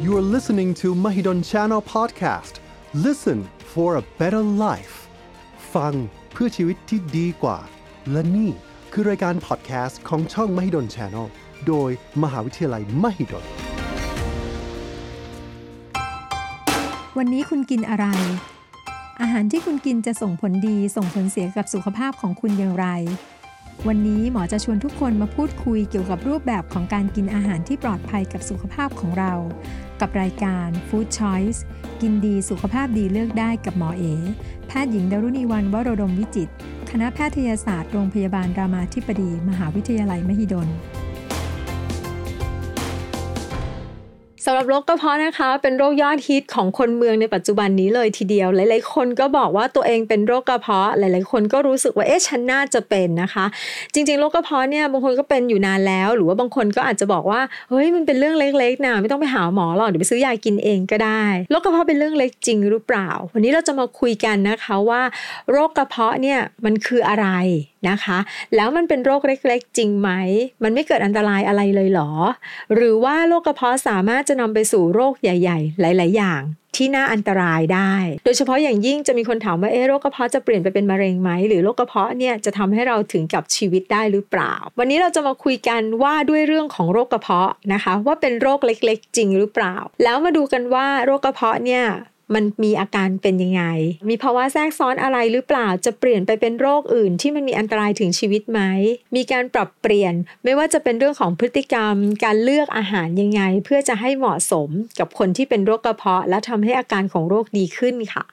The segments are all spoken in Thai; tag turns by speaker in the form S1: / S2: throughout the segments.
S1: You are listening to Mahidol Channel Podcast. Listen for a better life. ฟังเพื่อชีวิตที่ดีกว่าและนี่คือรายการ podcast ของช่อง Mahidol Channel โดยมหาวิทยาลัย Mahidol
S2: วันนี้คุณกินอะไรอาหารที่คุณกินจะส่งผลดีส่งผลเสียกับสุขภาพของคุณอย่างไรวันนี้หมอจะชวนทุกคนมาพูดคุยเกี่ยวกับรูปแบบของการกินอาหารที่ปลอดภัยกับสุขภาพของเรากับรายการ Food Choice กินดีสุขภาพดีเลือกได้กับหมอเอแพทย์หญิงดารุณีวรรณวโรดมวิจิตรคณะแพทยศาสตร์โรงพยาบาลรามาธิบดีมหาวิทยาลัยมหิดลสำหรับโรคกระเพาะนะคะเป็นโรคยอดฮิตของคนเมืองในปัจจุบันนี้เลยทีเดียวหลายๆคนก็บอกว่าตัวเองเป็นโรคกระเพาะหลายๆคนก็รู้สึกว่าฉันน่าจะเป็นนะคะจริงๆโรคกระเพาะเนี่ยบางคนก็เป็นอยู่นานแล้วหรือว่าบางคนก็อาจจะบอกว่าเฮ้ยมันเป็นเรื่องเล็กๆนะไม่ต้องไปหาหมอหรอกเดี๋ยวไปซื้อยากินเองก็ได้โรคกระเพาะเป็นเรื่องเล็กจริงหรือเปล่าวันนี้เราจะมาคุยกันนะคะว่าโรคกระเพาะเนี่ยมันคืออะไรนะคะแล้วมันเป็นโรคเล็กๆจริงไหมมันไม่เกิดอันตรายอะไรเลยเหรอหรือว่าโรคกระเพาะสามารถจะนำไปสู่โรคใหญ่ๆหลายๆอย่างที่น่าอันตรายได้โดยเฉพาะอย่างยิ่งจะมีคนถามว่าโรคกระเพาะจะเปลี่ยนไปเป็นมะเร็งไหมหรือโรคกระเพาะเนี่ยจะทำให้เราถึงกับชีวิตได้หรือเปล่าวันนี้เราจะมาคุยกันว่าด้วยเรื่องของโรคกระเพาะนะคะว่าเป็นโรคเล็กๆจริงหรือเปล่าแล้วมาดูกันว่าโรคกระเพาะเนี่ยมันมีอาการเป็นยังไงมีภาวะแทรกซ้อนอะไรหรือเปล่าจะเปลี่ยนไปเป็นโรคอื่นที่มันมีอันตรายถึงชีวิตไหมมีการปรับเปลี่ยนไม่ว่าจะเป็นเรื่องของพฤติกรรมการเลือกอาหารยังไงเพื่อจะให้เหมาะสมกับคนที่เป็นโรคกระเพาะและทำให้อาการของโรคดีขึ้นค่ะ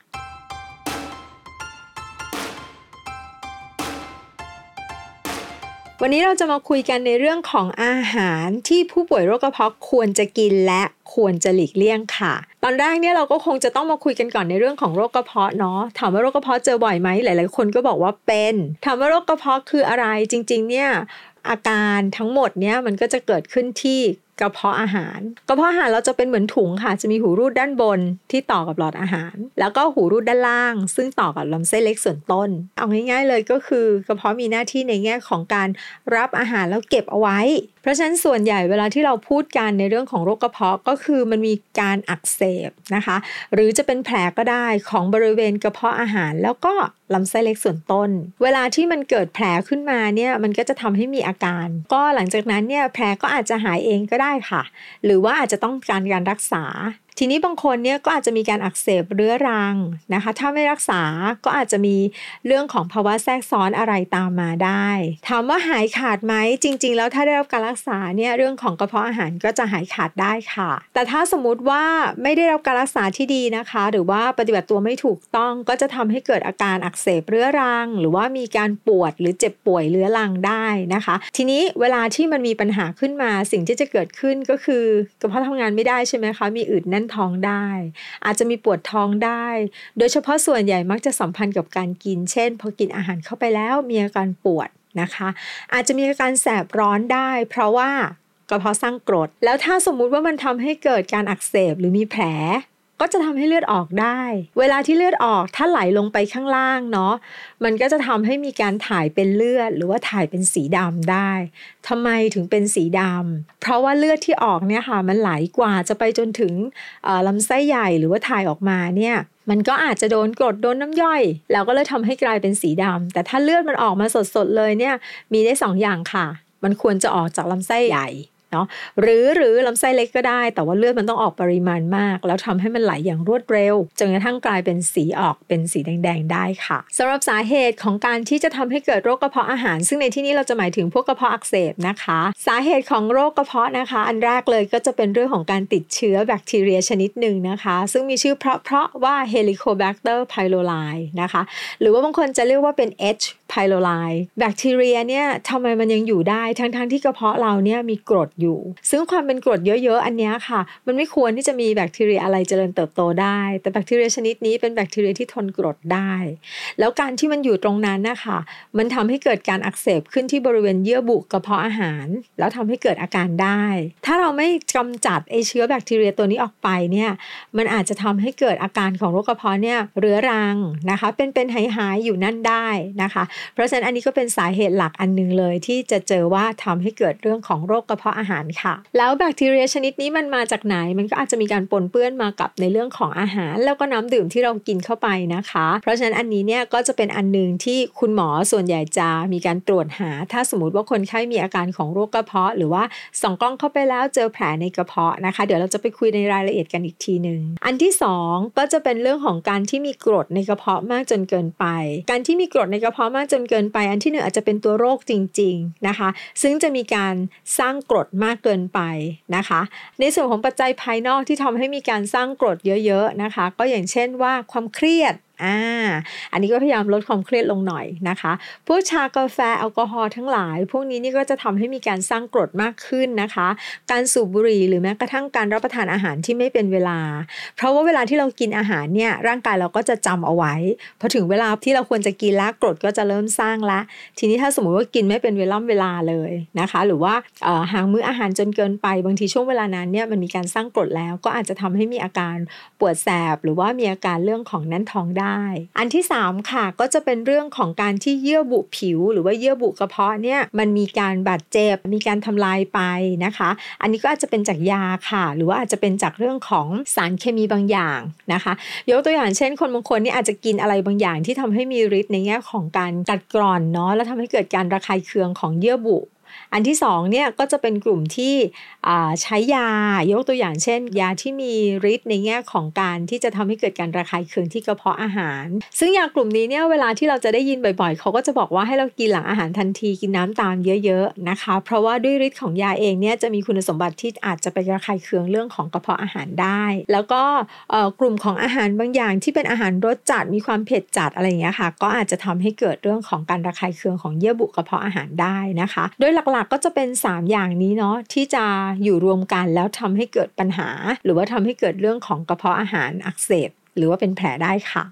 S2: วันนี้เราจะมาคุยกันในเรื่องของอาหารที่ผู้ป่วยโรคกระเพาะควรจะกินและควรจะหลีกเลี่ยงค่ะตอนแรกเนี่ยเราก็คงจะต้องมาคุยกันก่อนในเรื่องของโรคกระเพาะเนาะถามว่าโรคกระเพาะเจอบ่อยไหมหลายๆคนก็บอกว่าเป็นถามว่าโรคกระเพาะคืออะไรจริงๆเนี่ยอาการทั้งหมดเนี่ยมันก็จะเกิดขึ้นที่กระเพาะอาหารเราจะเป็นเหมือนถุงค่ะจะมีหูรูดด้านบนที่ต่อกับหลอดอาหารแล้วก็หูรูดด้านล่างซึ่งต่อกับลำไส้เล็กส่วนต้นเอาง่ายๆเลยก็คือกระเพาะมีหน้าที่ในแง่ของการรับอาหารแล้วเก็บเอาไว้เพราะฉะนั้นส่วนใหญ่เวลาที่เราพูดกันในเรื่องของโรคกระเพาะก็คือมันมีการอักเสบนะคะหรือจะเป็นแผลก็ได้ของบริเวณกระเพาะอาหารแล้วก็ลำไส้เล็กส่วนต้นเวลาที่มันเกิดแผลขึ้นมาเนี่ยมันก็จะทำให้มีอาการก็หลังจากนั้นเนี่ยแผลก็อาจจะหายเองก็ได้ค่ะหรือว่าอาจจะต้องการรักษาทีนี้บางคนเนี่ยก็อาจจะมีการอักเสบเรื้อรังนะคะถ้าไม่รักษาก็อาจจะมีเรื่องของภาวะแทรกซ้อนอะไรตามมาได้ถามว่าหายขาดไหมจริงๆแล้วถ้าได้รับการรักษาเนี่ยเรื่องของกระเพาะอาหารก็จะหายขาดได้ค่ะแต่ถ้าสมมุติว่าไม่ได้รับการรักษาที่ดีนะคะหรือว่าปฏิบัติตัวไม่ถูกต้องก็จะทำให้เกิดอาการอักเสบเรื้อรังหรือว่ามีการปวดหรือเจ็บป่วยเรื้อรังได้นะคะทีนี้เวลาที่มันมีปัญหาขึ้นมาสิ่งที่จะเกิดขึ้นก็คือกระเพาะทำงานไม่ได้ใช่ไหมคะมีอืดแน่นท้องได้อาจจะมีปวดท้องได้โดยเฉพาะส่วนใหญ่มักจะสัมพันธ์กับการกินเช่นพอกินอาหารเข้าไปแล้วมีอาการปวดนะคะอาจจะมีอาการแสบร้อนได้เพราะว่ากระเพาะสร้างกรดแล้วถ้าสมมุติว่ามันทำให้เกิดการอักเสบหรือมีแผลก็จะทำให้เลือดออกได้เวลาที่เลือดออกถ้าไหลลงไปข้างล่างเนาะมันก็จะทำให้มีการถ่ายเป็นเลือดหรือว่าถ่ายเป็นสีดำได้ทำไมถึงเป็นสีดำเพราะว่าเลือดที่ออกเนี่ยค่ะมันไหลกว่าจะไปจนถึงลำไส้ใหญ่หรือว่าถ่ายออกมาเนี่ยมันก็อาจจะโดนกรดโดนน้ำย่อยแล้วก็เลยทำให้กลายเป็นสีดำแต่ถ้าเลือดมันออกมาสดๆเลยเนี่ยมีได้2 อย่างค่ะมันควรจะออกจากลำไส้ใหญ่เนาะหรือลำไส้เล็กก็ได้แต่ว่าเลือดมันต้องออกปริมาณมากแล้วทำให้มันไหลอย่างรวดเร็วจนกระทั่งกลายเป็นสีออกเป็นสีแดงๆได้ค่ะสำหรับสาเหตุของการที่จะทำให้เกิดโรคกระเพาะอาหารซึ่งในที่นี้เราจะหมายถึงพวกกระเพาะอักเสบนะคะสาเหตุของโรคกระเพาะนะคะอันแรกเลยก็จะเป็นเรื่องของการติดเชื้อแบคทีเรียชนิดหนึ่งนะคะซึ่งมีชื่อเพราะว่า Helicobacter pylori นะคะหรือว่าบางคนจะเรียกว่าเป็น H pylori แบคทีเรียเนี่ยทำไมมันยังอยู่ได้ทั้งที่กระเพาะเราเนี่ยมีกรดอยู่ซึ่งความเป็นกรดเยอะๆอันนี้ค่ะมันไม่ควรที่จะมีแบคทีเรียอะไรเจริญเติบโตได้แต่แบคทีเรียชนิดนี้เป็นแบคทีเรียที่ทนกรดได้แล้วการที่มันอยู่ตรงนั้นนะคะมันทำให้เกิดการอักเสบขึ้นที่บริเวณเยื่อบุกระเพาะอาหารแล้วทำให้เกิดอาการได้ถ้าเราไม่กำจัดเชื้อแบคทีเรียตัวนี้ออกไปเนี่ยมันอาจจะทำให้เกิดอาการของโรคกระเพาะเนี่ยเรื้อรังนะคะเป็นหายๆอยู่นั่นได้นะคะเพราะฉะนั้นอันนี้ก็เป็นสาเหตุหลักอันนึงเลยที่จะเจอว่าทำให้เกิดเรื่องของโรคกระเพาะอาหารค่ะแล้วแบคทีเรียชนิดนี้มันมาจากไหนมันก็อาจจะมีการปนเปื้อนมากับในเรื่องของอาหารแล้วก็น้ำดื่มที่เรากินเข้าไปนะคะเพราะฉะนั้นอันนี้เนี่ยก็จะเป็นอันนึงที่คุณหมอส่วนใหญ่จะมีการตรวจหาถ้าสมมติว่าคนไข้มีอาการของโรคกระเพาะหรือว่าส่องกล้องเข้าไปแล้วเจอแผลในกระเพาะนะคะเดี๋ยวเราจะไปคุยในรายละเอียดกันอีกทีนึงอันที่2ก็จะเป็นเรื่องของการที่มีกรดในกระเพาะมากจนเกินไปการที่มีกรดในกระเพาะมากจนเกินไปอันที่1อาจจะเป็นตัวโรคจริงๆนะคะซึ่งจะมีการสร้างกรดมากเกินไปนะคะในส่วนของปัจจัยภายนอกที่ทำให้มีการสร้างกรดเยอะๆนะคะก็อย่างเช่นว่าความเครียดอันนี้ก็พยายามลดความเครียดลงหน่อยนะคะพวกชากาแฟแอลกอฮอล์ทั้งหลายพวกนี้นี่ก็จะทำให้มีการสร้างกรดมากขึ้นนะคะการสูบบุหรี่หรือแม้กระทั่งการรับประทานอาหารที่ไม่เป็นเวลาเพราะว่าเวลาที่เรากินอาหารเนี่ยร่างกายเราก็จะจำเอาไว้พอถึงเวลาที่เราควรจะกินแล้วกรดก็จะเริ่มสร้างละทีนี้ถ้าสมมติว่ากินไม่เป็นเวลาเลยนะคะหรือว่าห่างมื้ออาหารจนเกินไปบางทีช่วงเวลานั้นเนี่ยมันมีการสร้างกรดแล้วก็อาจจะทำให้มีอาการปวดแสบหรือว่ามีอาการเรื่องของแน่นท้องได้อันที่3ค่ะก็จะเป็นเรื่องของการที่เยื่อบุผิวหรือว่าเยื่อบุกระเพาะเนี่ยมันมีการบาดเจ็บมีการทำลายไปนะคะอันนี้ก็อาจจะเป็นจากยาค่ะหรือว่าอาจจะเป็นจากเรื่องของสารเคมีบางอย่างนะคะยกตัวอย่างเช่นคนบางคนนี่อาจจะกินอะไรบางอย่างที่ทำให้มีฤทธิ์ในแง่ของการกัดกร่อนเนาะแล้วทำให้เกิดการระคายเคืองของเยื่อบุอันที่2เนี่ยก็จะเป็นกลุ่มที่ใช้ยายกตัวอย่างเช่นยาที่มีฤทธิ์ในแง่ของการที่จะทำให้เกิดการระคายเคืองที่กระเพาะอาหารซึ่งยากลุ่มนี้เนี่ยเวลาที่เราจะได้ยินบ่อยๆเขาก็จะบอกว่าให้เรากินหลังอาหารทันทีกินน้ำตามเยอะๆนะคะเพราะว่าด้วยฤทธิ์ของยาเองเนี่ยจะมีคุณสมบัติที่อาจจะไประคายเคืองเรื่องของกระเพาะอาหารได้แล้วก็กลุ่มของอาหารบางอย่างที่เป็นอาหารรสจัดมีความเผ็ดจัดอะไรอย่างเงี้ยค่ะก็อาจจะทำให้เกิดเรื่องของการระคายเคืองของเยื่อบุกระเพาะอาหารได้นะคะโดยหลักๆก็จะเป็น3อย่างนี้เนาะที่จะอยู่รวมกันแล้วทำให้เกิดปัญหาหรือว่าทำให้เกิดเรื่องของกระเพาะอาหารอักเสบหรือว่าเป็นแผลได้ค่ะ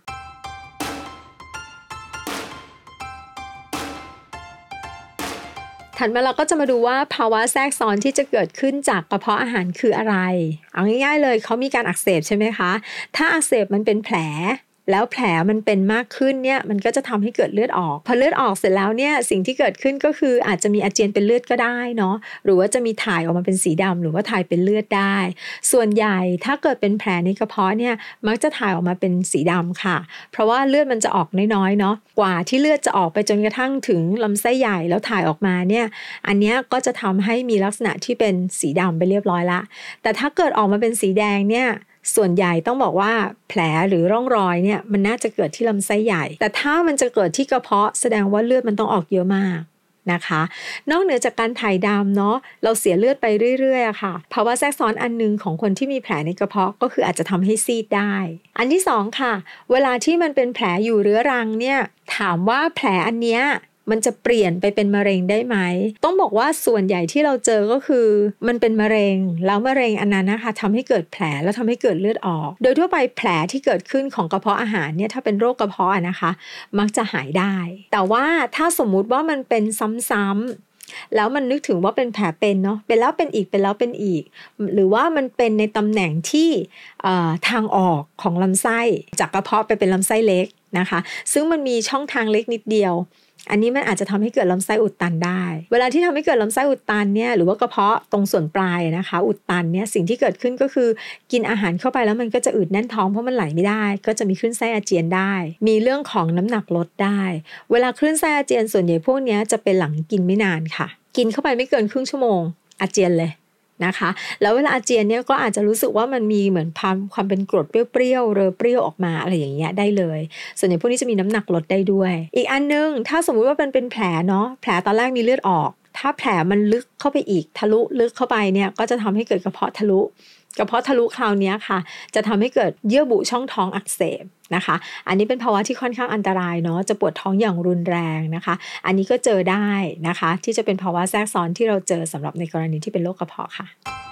S2: ถัดมาเราก็จะมาดูว่าภาวะแทรกซ้อนที่จะเกิดขึ้นจากกระเพาะอาหารคืออะไรเอาง่ายๆเลยเขามีการอักเสบใช่ไหมคะถ้าอักเสบมันเป็นแผลแล้วแผลมันเป็นมากขึ้นเนี่ยมันก็จะทำให้เกิดเลือดออกพอเลือดออกเสร็จแล้วเนี่ยสิ่งที่เกิดขึ้นก็คืออาจจะมีอาเจียนเป็นเลือดก็ได้เนาะหรือว่าจะมีถ่ายออกมาเป็นสีดำหรือว่าถ่ายเป็นเลือดได้ส่วนใหญ่ถ้าเกิดเป็นแผลในกระเพาะเนี่ยมักจะถ่ายออกมาเป็นสีดำค่ะเพราะว่าเลือดมันจะออกน้อยๆเนาะกว่าที่เลือดจะออกไปจนกระทั่งถึงลำไส้ใหญ่แล้วถ่ายออกมาเนี่ยอันเนี้ยก็จะทำให้มีลักษณะที่เป็นสีดำไปเรียบร้อยละแต่ถ้าเกิดออกมาเป็นสีแดงเนี่ยส่วนใหญ่ต้องบอกว่าแผลหรือร่องรอยเนี่ยมันน่าจะเกิดที่ลำไส้ใหญ่แต่ถ้ามันจะเกิดที่กระเพาะแสดงว่าเลือดมันต้องออกเยอะมากนะคะนอกเหนือจากการถ่ายดำเนาะเราเสียเลือดไปเรื่อยๆค่ะภาวะแทรกซ้อนอันนึงของคนที่มีแผลในกระเพาะก็คืออาจจะทำให้ซีดได้อันที่2ค่ะเวลาที่มันเป็นแผลอยู่เรื้อรังเนี่ยถามว่าแผลอันเนี้ยมันจะเปลี่ยนไปเป็นมะเร็งได้ไหมต้องบอกว่าส่วนใหญ่ที่เราเจอก็คือมันเป็นมะเร็งแล้วมะเร็งอันนั้นนะคะทำให้เกิดแผลแล้วทำให้เกิดเลือดออกโดยทั่วไปแผลที่เกิดขึ้นของกระเพาะอาหารเนี่ยถ้าเป็นโรคกระเพาะนะคะมักจะหายได้แต่ว่าถ้าสมมุติว่ามันเป็นซ้ำๆแล้วมันนึกถึงว่าเป็นแผลเป็นเนาะเป็นแล้วเป็นอีกเป็นแล้วเป็นอีกหรือว่ามันเป็นในตำแหน่งที่ทางออกของลำไส้จากกระเพาะไปเป็นลำไส้เล็กนะคะซึ่งมันมีช่องทางเล็กนิดเดียวอันนี้มันอาจจะทำให้เกิดลำไส้อุดตันได้เวลาที่ทำให้เกิดลำไส้อุดตันเนี่ยหรือว่ากระเพาะตรงส่วนปลายนะคะอุดตันเนี่ยสิ่งที่เกิดขึ้นก็คือกินอาหารเข้าไปแล้วมันก็จะอืดแน่นท้องเพราะมันไหลไม่ได้ก็จะมีคลื่นไส้อาเจียนได้มีเรื่องของน้ำหนักลดได้เวลาคลื่นไส้อาเจียนส่วนใหญ่พวกนี้จะเป็นหลังกินไม่นานค่ะกินเข้าไปไม่เกินครึ่งชั่วโมงอาเจียนเลยนะคะแล้วเวลาอาเจียนเนี่ยก็อาจจะรู้สึกว่ามันมีเหมือนความเป็นกรดเปรี้ยวๆเรอเปรี้ยวออกมาอะไรอย่างเงี้ยได้เลยส่วนใหญ่พวกนี้จะมีน้ำหนักลดได้ด้วยอีกอันนึงถ้าสมมุติว่ามันเป็นแผลเนาะแผลตอนแรกมีเลือดออกถ้าแผลมันลึกเข้าไปอีกทะลุลึกเข้าไปเนี่ยก็จะทำให้เกิดกระเพาะทะลุคราวนี้ค่ะจะทำให้เกิดเยื่อบุช่องท้องอักเสบนะคะอันนี้เป็นภาวะที่ค่อนข้างอันตรายเนาะจะปวดท้องอย่างรุนแรงนะคะอันนี้ก็เจอได้นะคะที่จะเป็นภาวะแทรกซ้อนที่เราเจอสำหรับในกรณีที่เป็นโรคกระเพาะค่ะ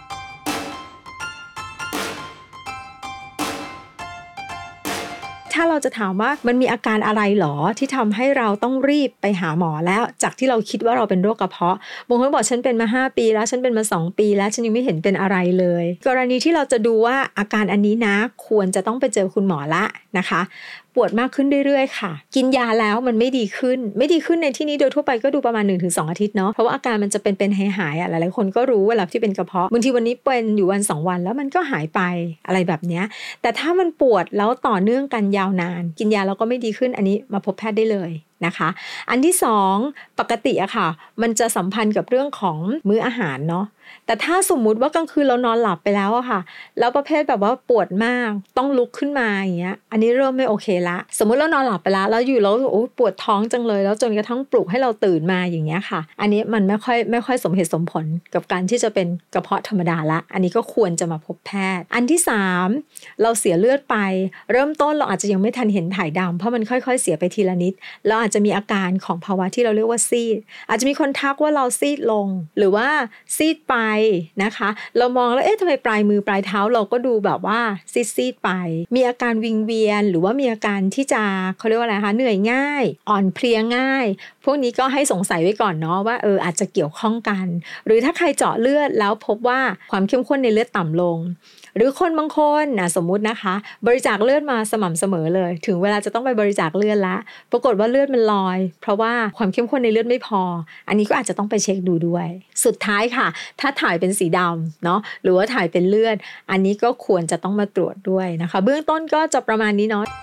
S2: ถ้าเราจะถามว่ามันมีอาการอะไรหรอที่ทำให้เราต้องรีบไปหาหมอแล้วจากที่เราคิดว่าเราเป็นโรคกระเพาะบางคนบอกฉันเป็นมา5 ปีแล้วฉันเป็นมา2 ปีแล้วฉันยังไม่เห็นเป็นอะไรเลยกรณีที่เราจะดูว่าอาการอันนี้นะควรจะต้องไปเจอคุณหมอละนะคะปวดมากขึ้นเรื่อยๆค่ะกินยาแล้วมันไม่ดีขึ้นในที่นี้โดยทั่วไปก็ดูประมาณ 1-2 อาทิตย์เนาะเพราะว่าอาการมันจะเป็นหายหลายๆคนก็รู้เวลาที่เป็นกระเพาะบางทีวันนี้เป็นอยู่วัน2วันแล้วมันก็หายไปอะไรแบบนี้แต่ถ้ามันปวดแล้วต่อเนื่องกันยาวนานกินยาแล้วก็ไม่ดีขึ้นอันนี้มาพบแพทย์ได้เลยนะคะอันที่2ปกติอะค่ะมันจะสัมพันธ์กับเรื่องของมื้ออาหารเนาะแต่ถ้าสมมุติว่ากลางคืนเรานอนหลับไปแล้วอะค่ะแล้วประเภทแบบว่าปวดมากต้องลุกขึ้นมาอย่างเงี้ยอันนี้เริ่มไม่โอเคละสมมุติเรานอนหลับไปแล้วอยู่แล้วโอ้ปวดท้องจังเลยแล้วจนกระทั่งปลุกให้เราตื่นมาอย่างเงี้ยค่ะอันนี้มันไม่ค่อยสมเหตุสมผลกับการที่จะเป็นกระเพาะธรรมดาละอันนี้ก็ควรจะมาพบแพทย์อันที่3เราเสียเลือดไปเริ่มต้นเราอาจจะยังไม่ทันเห็นถ่ายดำเพราะมันค่อยๆเสียไปทีละนิดแล้วอาจจะมีอาการของภาวะที่เราเรียกว่าซีดอาจจะมีคนทักว่าเราซีดลงหรือว่าซีดไปนะคะเรามองแล้วทำไมปลายมือปลายเท้าเราก็ดูแบบว่าซีดไปมีอาการวิงเวียนหรือว่ามีอาการที่จะเขาเรียกว่าอะไรคะเหนื่อยง่ายอ่อนเพลียง่ายพวกนี้ก็ให้สงสัยไว้ก่อนเนาะว่าอาจจะเกี่ยวข้องกันหรือถ้าใครเจาะเลือดแล้วพบว่าความเข้มข้นในเลือดต่ำลงหรือคนบางคนสมมุตินะคะบริจาคเลือดมาสม่ำเสมอเลยถึงเวลาจะต้องไปบริจาคเลือดละปรากฏว่าเลือดมันลอยเพราะว่าความเข้มข้นในเลือดไม่พออันนี้ก็อาจจะต้องไปเช็คดูด้วยสุดท้ายค่ะถ้าถ่ายเป็นสีดำเนาะหรือว่าถ่ายเป็นเลือดอันนี้ก็ควรจะต้องมาตรวจด้วยนะคะเบื้องต้นก็จะประมาณนี้เนาะ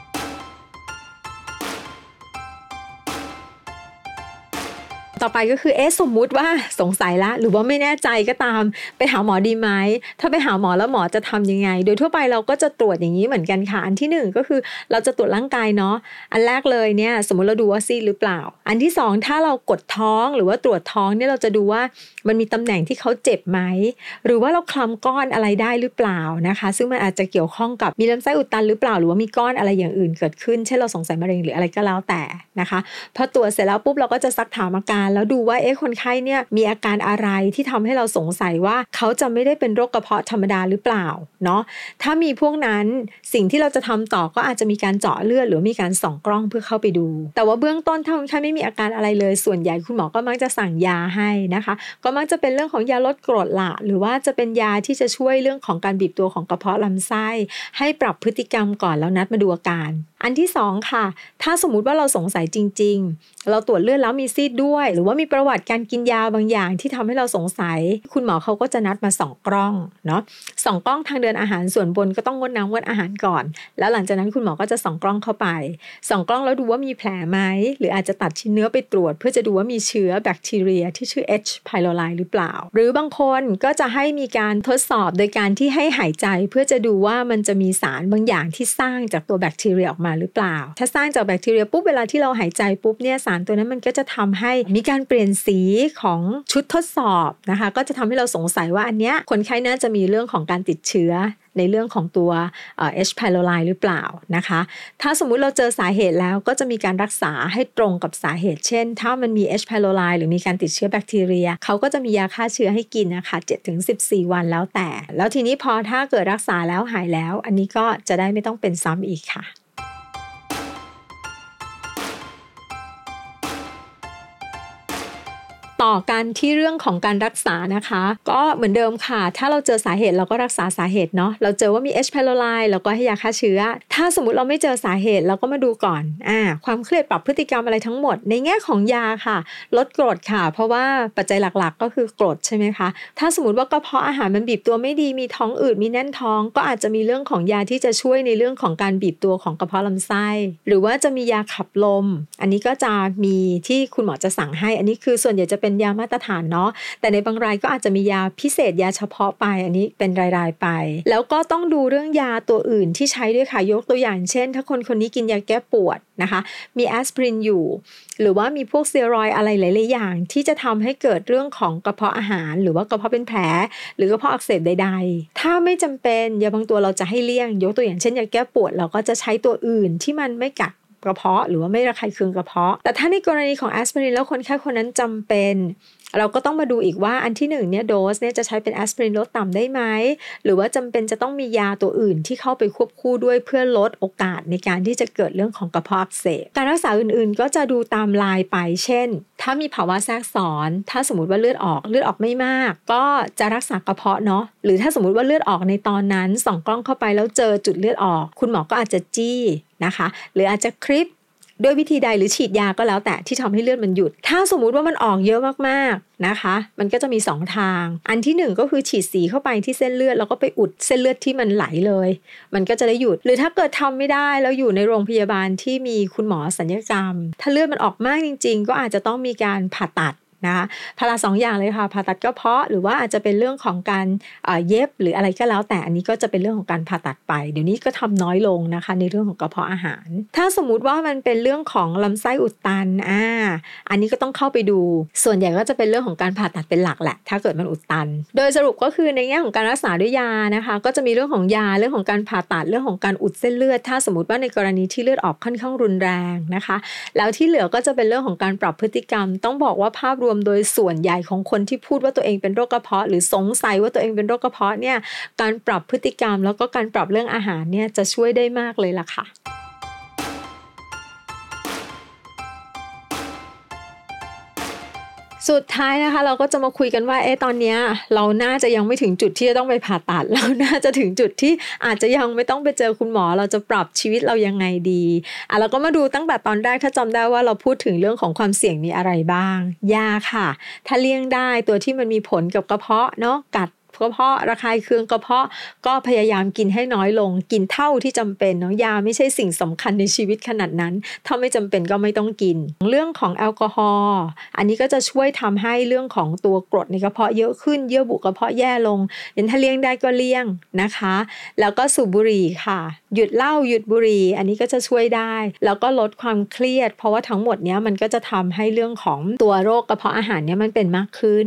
S2: ต่อไปก็คือสมมุติว่าสงสัยละหรือว่าไม่แน่ใจก็ตามไปหาหมอดีไหมถ้าไปหาหมอแล้วหมอจะทำยังไงโดยทั่วไปเราก็จะตรวจอย่างนี้เหมือนกันค่ะอันที่1ก็คือเราจะตรวจร่างกายเนาะอันแรกเลยเนี่ยสมมติเราดูว่าซีดหรือเปล่าอันที่2ถ้าเรากดท้องหรือว่าตรวจท้องเนี่ยเราจะดูว่ามันมีตำแหน่งที่เขาเจ็บไหมหรือว่าเราคลำก้อนอะไรได้หรือเปล่านะคะซึ่งมันอาจจะเกี่ยวข้องกับมีลำไส้อุดตันหรือเปล่าหรือว่ามีก้อนอะไรอย่างอื่นเกิดขึ้นเช่นเราสงสัยมะเร็งหรืออะไรก็แล้วแต่นะคะพอตรวจเสร็จแล้วปุ๊บเราก็จะซักถามอาการแล้วดูว่าคนไข้เนี่ยมีอาการอะไรที่ทำให้เราสงสัยว่าเขาจะไม่ได้เป็นโรคกระเพาะธรรมดาหรือเปล่าเนาะถ้ามีพวกนั้นสิ่งที่เราจะทำต่อก็อาจจะมีการเจาะเลือดหรือมีการส่องกล้องเพื่อเข้าไปดูแต่ว่าเบื้องต้นถ้าคนไข้ไม่มีอาการอะไรเลยส่วนใหญ่คุณหมอก็มักจะสั่งยาให้นะคะก็มักจะเป็นเรื่องของยาลดกรดละหรือว่าจะเป็นยาที่จะช่วยเรื่องของการบีบตัวของกระเพาะลำไส้ให้ปรับพฤติกรรมก่อนแล้วนัดมาดูอาการอันที่2ค่ะถ้าสมมุติว่าเราสงสัยจริงๆเราตรวจเลือดแล้วมีซีดด้วยหรือว่ามีประวัติการกินยาบางอย่างที่ทำให้เราสงสัยคุณหมอเขาก็จะนัดมาส่องกล้องเนาะส่องกล้องทางเดินอาหารส่วนบนก็ต้องงดน้ำงดอาหารก่อนแล้วหลังจากนั้นคุณหมอก็จะส่องกล้องเข้าไปส่องกล้องแล้วดูว่ามีแผลไหมหรืออาจจะตัดชิ้นเนื้อไปตรวจเพื่อจะดูว่ามีเชื้อแบคทีเรียที่ชื่อ H. pylori หรือเปล่าหรือบางคนก็จะให้มีการทดสอบโดยการที่ให้หายใจเพื่อจะดูว่ามันจะมีสารบางอย่างที่สร้างจากตัวแบคทีเรียออกมาหรือเปล่าถ้าสร้างจากแบคทีเรียปุ๊บเวลาที่เราหายใจปุ๊บเนี่ยสารตัวนั้นมันก็จะทำให้มีการเปลี่ยนสีของชุดทดสอบนะคะก็จะทำให้เราสงสัยว่าอันเนี้ยคนไข้น่าจะมีเรื่องของการติดเชื้อในเรื่องของตัวH. pylori หรือเปล่านะคะถ้าสมมุติเราเจอสาเหตุแล้วก็จะมีการรักษาให้ตรงกับสาเหตุเช่นถ้ามันมี H. pylori หรือมีการติดเชื้อแบคทีเรียเขาก็จะมียาฆ่าเชื้อให้กินนะคะ 7-14 วันแล้วแต่แล้วทีนี้พอถ้าเกิดรักษาแล้วหายแล้วอันนี้ก็จะได้ไม่ต้องเป็นซ้ำอีกค่ะต่อกันที่เรื่องของการรักษานะคะก็เหมือนเดิมค่ะถ้าเราเจอสาเหตุเราก็รักษาสาเหตุเนาะเราเจอว่ามี H. pylori เราก็ให้ยาฆ่าเชื้อถ้าสมมุติเราไม่เจอสาเหตุเราก็มาดูก่อนความเครียดปรับพฤติกรรมอะไรทั้งหมดในแง่ของยาค่ะลดกรดค่ะเพราะว่าปัจจัยหลักๆก็คือกรดใช่ไหมคะถ้าสมมติว่ากระเพาะอาหารมันบีบตัวไม่ดีมีท้องอืดมีแน่นท้องก็อาจจะมีเรื่องของยาที่จะช่วยในเรื่องของการบีบตัวของกระเพาะลำไส้หรือว่าจะมียาขับลมอันนี้ก็จะมีที่คุณหมอจะสั่งให้อันนี้คือส่วนใหญ่จะเป็นยามาตรฐานเนาะแต่ในบางรายก็อาจจะมียาพิเศษยาเฉพาะไปอันนี้เป็นรายๆไปแล้วก็ต้องดูเรื่องยาตัวอื่นที่ใช้ด้วยค่ะยกตัวอย่างเช่นถ้าคนนี้กินยาแก้ปวดนะคะมีแอสไพรินอยู่หรือว่ามีพวกสเตียรอยด์อะไรหลายๆอย่างที่จะทำให้เกิดเรื่องของกระเพาะอาหารหรือว่ากระเพาะเป็นแผลหรือกระเพาะอักเสบใดๆถ้าไม่จำเป็นยาบางตัวเราจะให้เลี่ยงยกตัวอย่างเช่นยาแก้ปวดเราก็จะใช้ตัวอื่นที่มันไม่กัดกระเพาะหรือว่าไม่ระคายเคืองกระเพาะแต่ถ้าในกรณีของแอสไพรินแล้วคนไข้คนนั้นจำเป็นเราก็ต้องมาดูอีกว่าอันที่1เนี่ยโดสเนี่ยจะใช้เป็นแอสไพรินลดต่ำได้ไหมหรือว่าจำเป็นจะต้องมียาตัวอื่นที่เข้าไปควบคู่ด้วยเพื่อลดโอกาสในการที่จะเกิดเรื่องของกระเพาะอักเสบการรักษาอื่นๆก็จะดูตามลายไปเช่นถ้ามีภาวะแทรกซ้อนถ้าสมมติว่าเลือดออกไม่มากก็จะรักษากระเพาะเนาะหรือถ้าสมมติว่าเลือดออกในตอนนั้นส่องกล้องเข้าไปแล้วเจอจุดเลือดออกคุณหมอก็อาจจะจี้นะคะหรืออาจจะคลิปด้วยวิธีใดหรือฉีดยาก็แล้วแต่ที่ทำให้เลือดมันหยุดถ้าสมมุติว่ามันออกเยอะมากๆนะคะมันก็จะมี2ทางอันที่1ก็คือฉีดสีเข้าไปที่เส้นเลือดแล้วก็ไปอุดเส้นเลือดที่มันไหลเลยมันก็จะได้หยุดหรือถ้าเกิดทำไม่ได้แล้วอยู่ในโรงพยาบาลที่มีคุณหมอศัลยกรรมถ้าเลือดมันออกมากจริงๆก็อาจจะต้องมีการผ่าตัดนะคะผ่าตัด2อย่างเลยค่ะผ่าตัดกระเพาะหรือว่าอาจจะเป็นเรื่องของการเย็บหรืออะไรก็แล้วแต่อันนี้ก็จะเป็นเรื่องของการผ่าตัดไปเดี๋ยวนี้ก็ทำน้อยลงนะคะในเรื่องของกระเพาะอาหารถ้าสมมุติว่ามันเป็นเรื่องของลำไส้อุดตันอันนี้ก็ต้องเข้าไปดูส่วนใหญ่ก็จะเป็นเรื่องของการผ่าตัดเป็นหลักแหละถ้าเกิดมันอุดตันโดยสรุปก็คือในแง่ของการรักษาด้วยยานะคะก็จะมีเรื่องของยาเรื่องของการผ่าตัดเรื่องของการอุดเส้นเลือดถ้าสมมติว่าในกรณีที่เลือดออกค่อนข้างรุนแรงนะคะแล้วที่เหลือก็จะเป็นเรื่องของการปรับพฤติกรรมต้องบอกว่าภาพรวมโดยส่วนใหญ่ของคนที่พูดว่าตัวเองเป็นโรคกระเพาะหรือสงสัยว่าตัวเองเป็นโรคกระเพาะเนี่ยการปรับพฤติกรรมแล้วก็การปรับเรื่องอาหารเนี่ยจะช่วยได้มากเลยล่ะค่ะสุดท้ายนะคะเราก็จะมาคุยกันว่าตอนนี้เราน่าจะยังไม่ถึงจุดที่จะต้องไปผ่าตัดเราน่าจะถึงจุดที่อาจจะยังไม่ต้องไปเจอคุณหมอเราจะปรับชีวิตเรายังไงดีเราก็มาดูตั้งแต่ตอนแรกถ้าจำได้ว่าเราพูดถึงเรื่องของความเสี่ยงมีอะไรบ้างยาค่ะถ้าเลี่ยงได้ตัวที่มันมีผลกับกระเพาะเนาะกัดกระเพาะระคายเคืองกระเพาะก็พยายามกินให้น้อยลงกินเท่าที่จำเป็นเนาะยาไม่ใช่สิ่งสำคัญในชีวิตขนาดนั้นถ้าไม่จำเป็นก็ไม่ต้องกินเรื่องของแอลกอฮอล์อันนี้ก็จะช่วยทำให้เรื่องของตัวกรดในกระเพาะเยอะขึ้นเยื่อบุกระเพาะแย่ลงถ้าเลี่ยงได้ก็เลี่ยงนะคะแล้วก็สูบบุหรี่ค่ะหยุดเหล้าหยุดบุหรี่อันนี้ก็จะช่วยได้แล้วก็ลดความเครียดเพราะว่าทั้งหมดเนี้ยมันก็จะทำให้เรื่องของตัวโรคกระเพาะอาหารเนี้ยมันเป็นมากขึ้น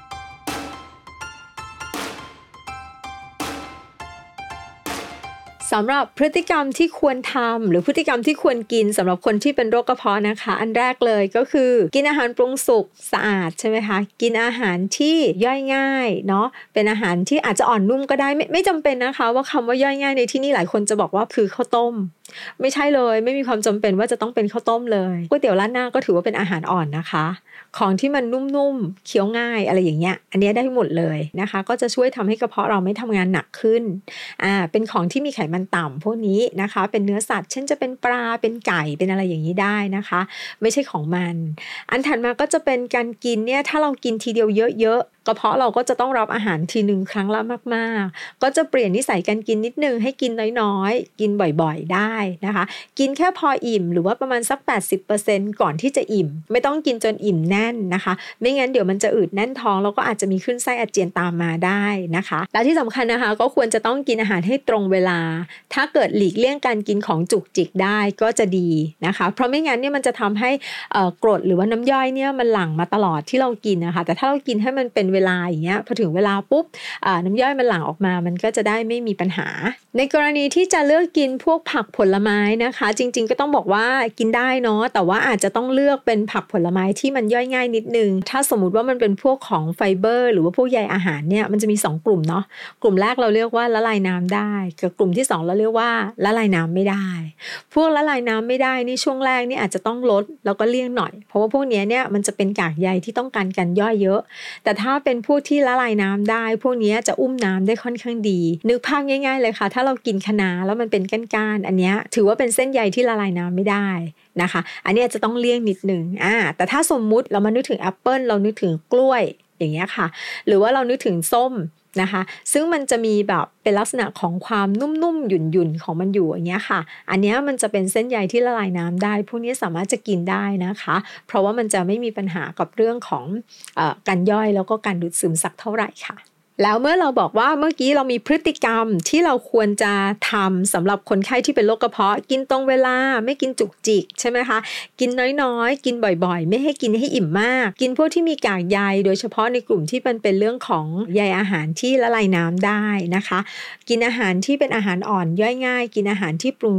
S2: สำหรับพฤติกรรมที่ควรทำหรือพฤติกรรมที่ควรกินสำหรับคนที่เป็นโรคกระเพาะนะคะอันแรกเลยก็คือกินอาหารปรุงสุกสะอาดใช่ไหมคะกินอาหารที่ย่อยง่ายเนาะเป็นอาหารที่อาจจะอ่อนนุ่มก็ได้ไม่จำเป็นนะคะว่าคำว่าย่อยง่ายในที่นี้หลายคนจะบอกว่าคือข้าวต้มไม่ใช่เลยไม่มีความจำเป็นว่าจะต้องเป็นข้าวต้มเลยก๋วยเตี๋ยวร้านหน้าก็ถือว่าเป็นอาหารอ่อนนะคะของที่มันนุ่มๆเคี้ยวง่ายอะไรอย่างเงี้ยอันนี้ได้หมดเลยนะคะก็จะช่วยทำให้กระเพาะเราไม่ทำงานหนักขึ้นเป็นของที่มีไขมันต่ำพวกนี้นะคะเป็นเนื้อสัตว์เช่นจะเป็นปลาเป็นไก่เป็นอะไรอย่างนี้ได้นะคะไม่ใช่ของมันอันถัดมาก็จะเป็นการกินเนี่ยถ้าเรากินทีเดียวเยอะกระเพาะเราก็จะต้องรับอาหารทีนึงครั้งละมากๆก็จะเปลี่ยนนิสัยการกินนิดนึงให้กินน้อยๆกินบ่อยๆได้นะคะกินแค่พออิ่มหรือว่าประมาณสัก 80% ก่อนที่จะอิ่มไม่ต้องกินจนอิ่มแน่นนะคะไม่งั้นเดี๋ยวมันจะอืดแน่นท้องแล้วก็อาจจะมีขึ้นไส้อาเจียนตามมาได้นะคะและที่สำคัญนะคะก็ควรจะต้องกินอาหารให้ตรงเวลาถ้าเกิดหลีกเลี่ยงการกินของจุกจิกได้ก็จะดีนะคะเพราะไม่งั้นเนี่ยมันจะทำให้กรดหรือว่าน้ำย่อยเนี่ยมันหลั่งมาตลอดที่เรากินนะคะแต่ถ้าเรากินให้มันเป็นเวลาอย่างเงี้ยพอถึงเวลาปุ๊บน้ำย่อยมันหลั่งออกมามันก็จะได้ไม่มีปัญหาในกรณีที่จะเลือกกินพวกผักผลไม้นะคะจริงๆก็ต้องบอกว่ากินได้เนาะแต่ว่าอาจจะต้องเลือกเป็นผักผลไม้ที่มันย่อยง่ายนิดนึงถ้าสมมุติว่ามันเป็นพวกของไฟเบอร์หรือว่าพวกใยอาหารเนี่ยมันจะมี2กลุ่มเนาะกลุ่มแรกเราเรียกว่าละลายน้ำได้กับกลุ่มที่2เราเรียกว่าละลายน้ำไม่ได้พวกละลายน้ำไม่ได้นี่ช่วงแรกนี่อาจจะต้องลดแล้วก็เลี่ยงหน่อยเพราะว่าพวกนี้เนี่ยมันจะเป็นกากใยที่ต้องการการย่อยเยอะแต่ถ้าเป็นพวกที่ละลายน้ำได้พวกนี้จะอุ้มน้ำได้ค่อนข้างดีนึกภาพง่ายๆเลยค่ะถ้าเรากินคะน้าแล้วมันเป็นก้านๆอันนี้ถือว่าเป็นเส้นใยที่ละลายน้ำไม่ได้นะคะอันนี้จะต้องเลี่ยงนิดนึงแต่ถ้าสมมุติเรามานึกถึงแอปเปิลเรานึกถึงกล้วยอย่างเงี้ยค่ะหรือว่าเรานึกถึงส้มนะคะซึ่งมันจะมีแบบเป็นลักษณะของความนุ่มๆหยุ่นๆของมันอยู่อย่างเงี้ยค่ะอันนี้มันจะเป็นเส้นใยที่ละลายน้ำได้พวกนี้สามารถจะกินได้นะคะเพราะว่ามันจะไม่มีปัญหากับเรื่องของการย่อยแล้วก็การดูดซึมสักเท่าไหร่ค่ะแล้วเมื่อเราบอกว่าเมื่อกี้เรามีพฤติกรรมที่เราควรจะทำสำหรับคนไข้ที่เป็นโรคกระเพาะกินตรงเวลาไม่กินจุกจิกใช่ไหมคะกินน้อยๆกินบ่อยๆไม่ให้กินให้อิ่มมากกินพวกที่มีกากใยโดยเฉพาะในกลุ่มที่เป็นเรื่องของใยอาหารที่ละลายน้ำได้นะคะกินอาหารที่เป็นอาหารอ่อนย่อยง่ายกินอาหารที่ปรุงสุก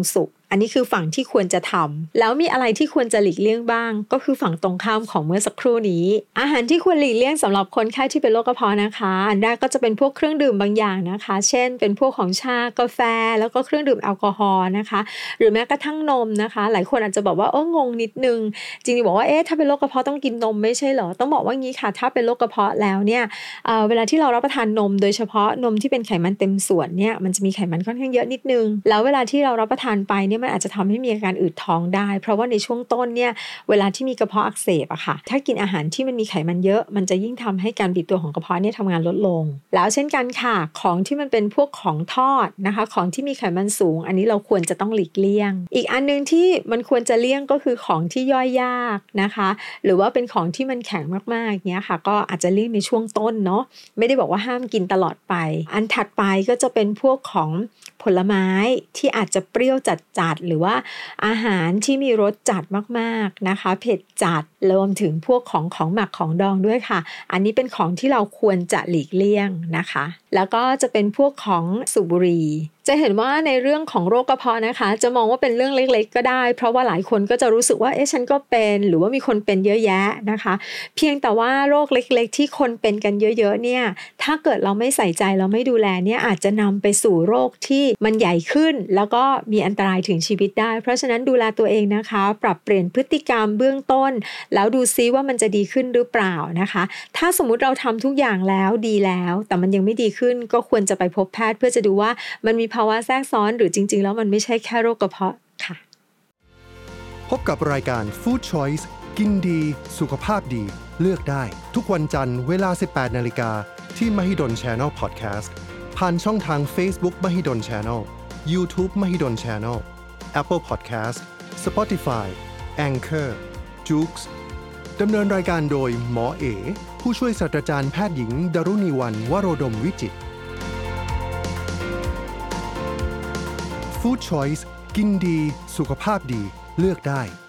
S2: อันนี้คือฝั่งที่ควรจะทำแล้วมีอะไรที่ควรจะหลีกเลี่ยงบ้างก็คือฝั่งตรงข้ามของเมื่อสักครู่นี้อาหารที่ควรหลีกเลี่ยงสำหรับคนไข้ที่เป็นโรคกระเพาะนะคะอันแรกก็จะเป็นพวกเครื่องดื่มบางอย่างนะคะเช่นเป็นพวกของชากาแฟแล้วก็เครื่องดื่มแอลกอฮอล์นะคะหรือแม้กระทั่งนมนะคะหลายคนอาจจะบอกว่างงนิดนึงจริงๆบอกว่าถ้าเป็นโรคกระเพาะต้องกินนมไม่ใช่เหรอต้องบอกว่างี้ค่ะถ้าเป็นโรคกระเพาะแล้วเนี่ยเวลาที่เรารับประทานนมโดยเฉพาะนมที่เป็นไขมันเต็มส่วนเนี่ยมันจะมีไขมันค่อนข้างเยอะนิดนึงแล้วเวลาที่เรารับประทานไปเนี่ยมันอาจจะทำให้มีอาการอืดท้องได้เพราะว่าในช่วงต้นเนี่ยเวลาที่มีกระเพาะอักเสบอะค่ะถ้ากินอาหารที่มันมีไขมันเยอะมันจะยิ่งทำให้การบีบตัวของกระเพาะเนี่ยทำงานลดลงแล้วเช่นกันค่ะของที่มันเป็นพวกของทอดนะคะของที่มีไขมันสูงอันนี้เราควรจะต้องหลีกเลี่ยงอีกอันนึงที่มันควรจะเลี่ยงก็คือของที่ย่อยยากนะคะหรือว่าเป็นของที่มันแข็งมากๆเนี้ยค่ะก็อาจจะเลี่ยงในช่วงต้นเนาะไม่ได้บอกว่าห้ามกินตลอดไปอันถัดไปก็จะเป็นพวกของผลไม้ที่อาจจะเปรี้ยวจัดหรือว่าอาหารที่มีรสจัดมากๆนะคะเผ็ดจัดรวมถึงพวกของหมักของดองด้วยค่ะอันนี้เป็นของที่เราควรจะหลีกเลี่ยงนะคะแล้วก็จะเป็นพวกของสูบบุหรี่จะเห็นว่าในเรื่องของโรคกระเพาะนะคะจะมองว่าเป็นเรื่องเล็กๆก็ได้เพราะว่าหลายคนก็จะรู้สึกว่าฉันก็เป็นหรือว่ามีคนเป็นเยอะแยะนะคะเพียงแต่ว่าโรคเล็กๆที่คนเป็นกันเยอะๆเนี่ยถ้าเกิดเราไม่ใส่ใจเราไม่ดูแลเนี่ยอาจจะนำไปสู่โรคที่มันใหญ่ขึ้นแล้วก็มีอันตรายถึงชีวิตได้เพราะฉะนั้นดูแลตัวเองนะคะปรับเปลี่ยนพฤติกรรมเบื้องต้นแล้วดูซิว่ามันจะดีขึ้นหรือเปล่านะคะถ้าสมมุติเราทำทุกอย่างแล้วดีแล้วแต่มันยังไม่ดีขึ้นก็ควรจะไปพบแพทย์เพื่อจะดูว่ามันมีภาวะแทรกซ้อนหรือจริงๆแล้วมันไม่ใช่แค่โรคกระเพาะค่ะ
S1: พบกับรายการ Food Choice กินดีสุขภาพดีเลือกได้ทุกวันจันทร์เวลา 18:00 น.ที่ Mahidol Channel Podcast ผ่านช่องทาง Facebook Mahidol Channel YouTube Mahidol Channel Apple Podcast Spotify Anchor Joox ดำเนินรายการโดยหมอเอผู้ช่วยศาสตราจารย์แพทย์หญิงดรุณีวรรณวโรดมวิจิตรFood Choice กินดีสุขภาพดีเลือกได้